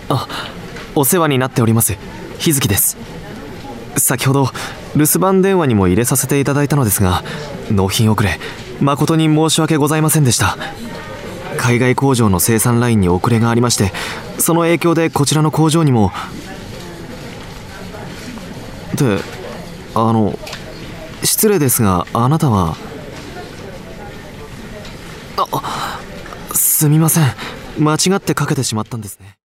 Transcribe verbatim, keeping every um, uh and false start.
あ、お世話になっております。日月です。先ほど留守番電話にも入れさせていただいたのですが、納品遅れ誠に申し訳ございませんでした。海外工場の生産ラインに遅れがありまして、その影響でこちらの工場にも。ってあの失礼ですが、あなたは。あ、すみません、間違ってかけてしまったんですね。